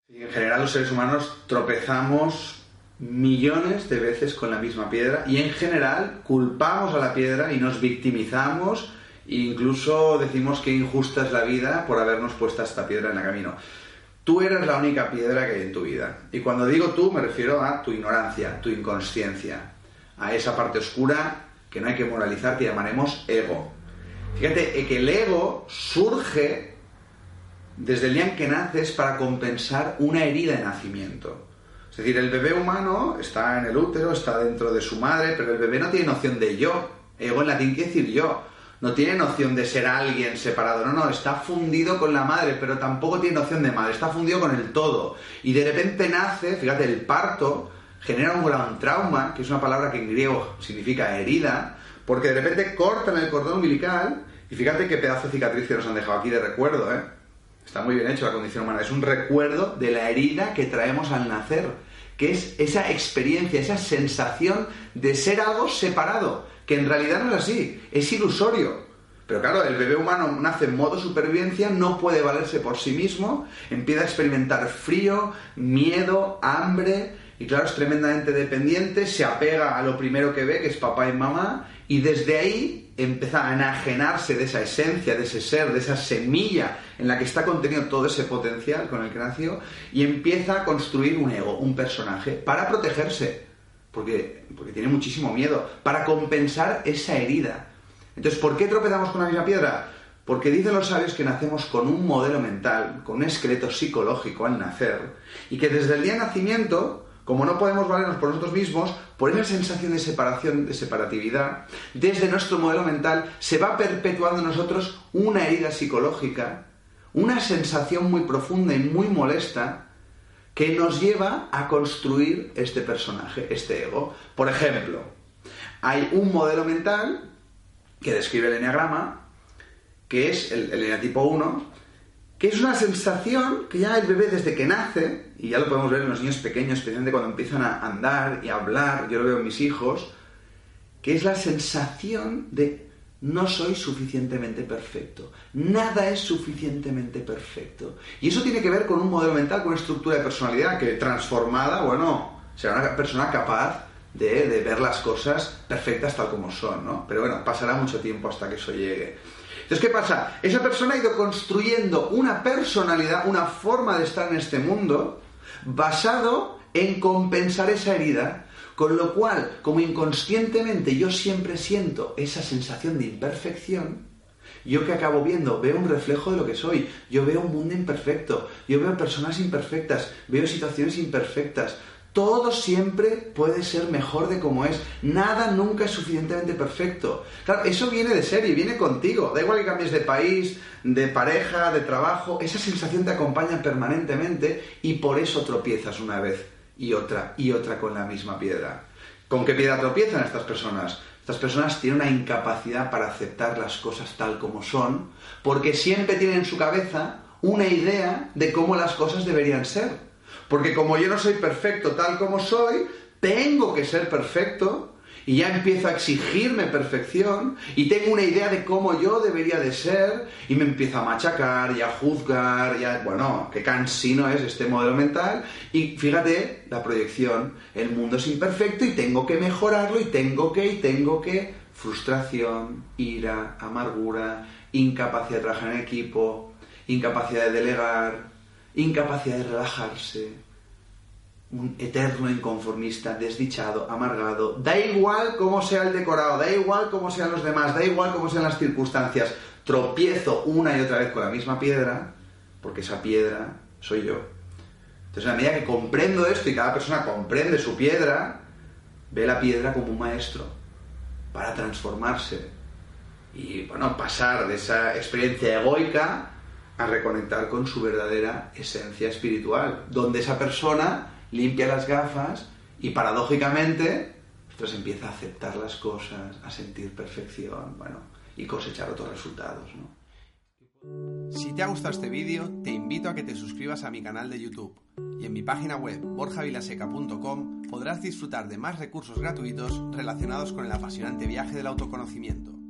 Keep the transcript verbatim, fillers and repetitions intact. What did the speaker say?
Y en general los seres humanos tropezamos millones de veces con la misma piedra y en general culpamos a la piedra y nos victimizamos e incluso decimos que injusta es la vida por habernos puesto esta piedra en el camino. Tú eres la única piedra que hay en tu vida. Y cuando digo tú me refiero a tu ignorancia, tu inconsciencia, a esa parte oscura que no hay que moralizar, que llamaremos ego. Fíjate que el ego surge desde el día en que naces para compensar una herida de nacimiento. Es decir, el bebé humano está en el útero, está dentro de su madre, pero el bebé no tiene noción de yo. Ego en latín quiere decir yo. No tiene noción de ser alguien separado. No, no, está fundido con la madre, pero tampoco tiene noción de madre. Está fundido con el todo. Y de repente nace, fíjate, el parto genera un gran trauma, que es una palabra que en griego significa herida, porque de repente cortan el cordón umbilical y fíjate qué pedazo de cicatriz que nos han dejado aquí de recuerdo, ¿eh? Está muy bien hecho la condición humana. Es un recuerdo de la herida que traemos al nacer, que es esa experiencia, esa sensación de ser algo separado, que en realidad no es así, es ilusorio. Pero claro, el bebé humano nace en modo supervivencia, no puede valerse por sí mismo, empieza a experimentar frío, miedo, hambre, y claro, es tremendamente dependiente, se apega a lo primero que ve, que es papá y mamá, y desde ahí empieza a enajenarse de esa esencia, de ese ser, de esa semilla en la que está contenido todo ese potencial con el que nació, y empieza a construir un ego, un personaje, para protegerse, porque, porque tiene muchísimo miedo, para compensar esa herida. Entonces, ¿por qué tropezamos con la misma piedra? Porque dicen los sabios que nacemos con un modelo mental, con un esqueleto psicológico al nacer, y que desde el día de nacimiento, como no podemos valernos por nosotros mismos, por esa sensación de separación, de separatividad, desde nuestro modelo mental se va perpetuando en nosotros una herida psicológica, una sensación muy profunda y muy molesta que nos lleva a construir este personaje, este ego. Por ejemplo, hay un modelo mental que describe el eneagrama, que es el, el eneatipo uno, que es una sensación que ya el bebé desde que nace, y ya lo podemos ver en los niños pequeños, especialmente cuando empiezan a andar y a hablar, yo lo veo en mis hijos, que es la sensación de no soy suficientemente perfecto, nada es suficientemente perfecto. Y eso tiene que ver con un modelo mental, con una estructura de personalidad que transformada, bueno, será una persona capaz de, de ver las cosas perfectas tal como son, ¿no? Pero bueno, pasará mucho tiempo hasta que eso llegue. Entonces, ¿qué pasa? Esa persona ha ido construyendo una personalidad, una forma de estar en este mundo basado en compensar esa herida, con lo cual, como inconscientemente yo siempre siento esa sensación de imperfección, yo que acabo viendo, veo un reflejo de lo que soy, yo veo un mundo imperfecto, yo veo personas imperfectas, veo situaciones imperfectas. Todo siempre puede ser mejor de como es. Nada nunca es suficientemente perfecto. Claro, eso viene de serie, viene contigo. Da igual que cambies de país, de pareja, de trabajo. Esa sensación te acompaña permanentemente y por eso tropiezas una vez y otra y otra con la misma piedra. ¿Con qué piedra tropiezan estas personas? Estas personas tienen una incapacidad para aceptar las cosas tal como son, porque siempre tienen en su cabeza una idea de cómo las cosas deberían ser. Porque como yo no soy perfecto tal como soy, tengo que ser perfecto y ya empiezo a exigirme perfección y tengo una idea de cómo yo debería de ser y me empiezo a machacar y a juzgar, y a, bueno, qué cansino es este modelo mental. Y fíjate, la proyección, el mundo es imperfecto y tengo que mejorarlo y tengo que, y tengo que, frustración, ira, amargura, incapacidad de trabajar en equipo, incapacidad de delegar, incapacidad de relajarse, un eterno inconformista, desdichado, amargado. Da igual cómo sea el decorado, da igual cómo sean los demás, da igual cómo sean las circunstancias. Tropiezo una y otra vez con la misma piedra, porque esa piedra soy yo. Entonces, a medida que comprendo esto y cada persona comprende su piedra, ve la piedra como un maestro para transformarse y, bueno, pasar de esa experiencia egoica a reconectar con su verdadera esencia espiritual, donde esa persona limpia las gafas y paradójicamente pues empieza a aceptar las cosas, a sentir perfección, bueno, y cosechar otros resultados, ¿no? Si te ha gustado este vídeo, te invito a que te suscribas a mi canal de YouTube y en mi página web borja vilaseca punto com podrás disfrutar de más recursos gratuitos relacionados con el apasionante viaje del autoconocimiento.